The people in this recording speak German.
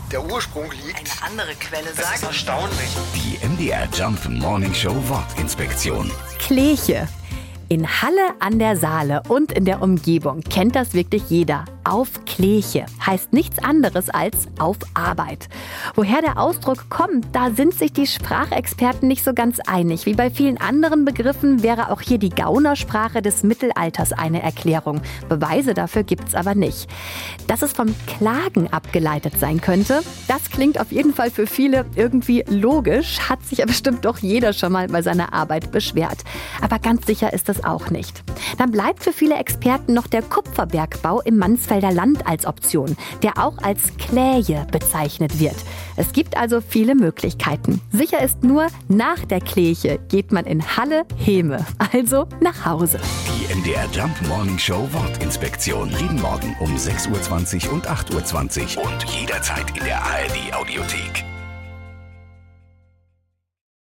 der Ursprung liegt. Eine andere Quelle Das sagt... ist erstaunlich. Die MDR Jump Morning Show Wortinspektion. Kleche. In Halle an der Saale und in der Umgebung kennt das wirklich jeder. Auf Kleche heißt nichts anderes als auf Arbeit. Woher der Ausdruck kommt, da sind sich die Sprachexperten nicht so ganz einig. Wie bei vielen anderen Begriffen wäre auch hier die Gaunersprache des Mittelalters eine Erklärung. Beweise dafür gibt's aber nicht. Dass es vom Klagen abgeleitet sein könnte, das klingt auf jeden Fall für viele irgendwie logisch, hat sich ja bestimmt doch jeder schon mal bei seiner Arbeit beschwert. Aber ganz sicher ist das auch nicht. Dann bleibt für viele Experten noch der Kupferbergbau im Mansfelder Land als Option, der auch als Kläje bezeichnet wird. Es gibt also viele Möglichkeiten. Sicher ist nur, nach der Kleche geht man in Halle-Heme, also nach Hause. Die MDR Jump Morning Show Wortinspektion. Jeden Morgen um 6.20 Uhr und 8.20 Uhr und jederzeit in der ARD Audiothek.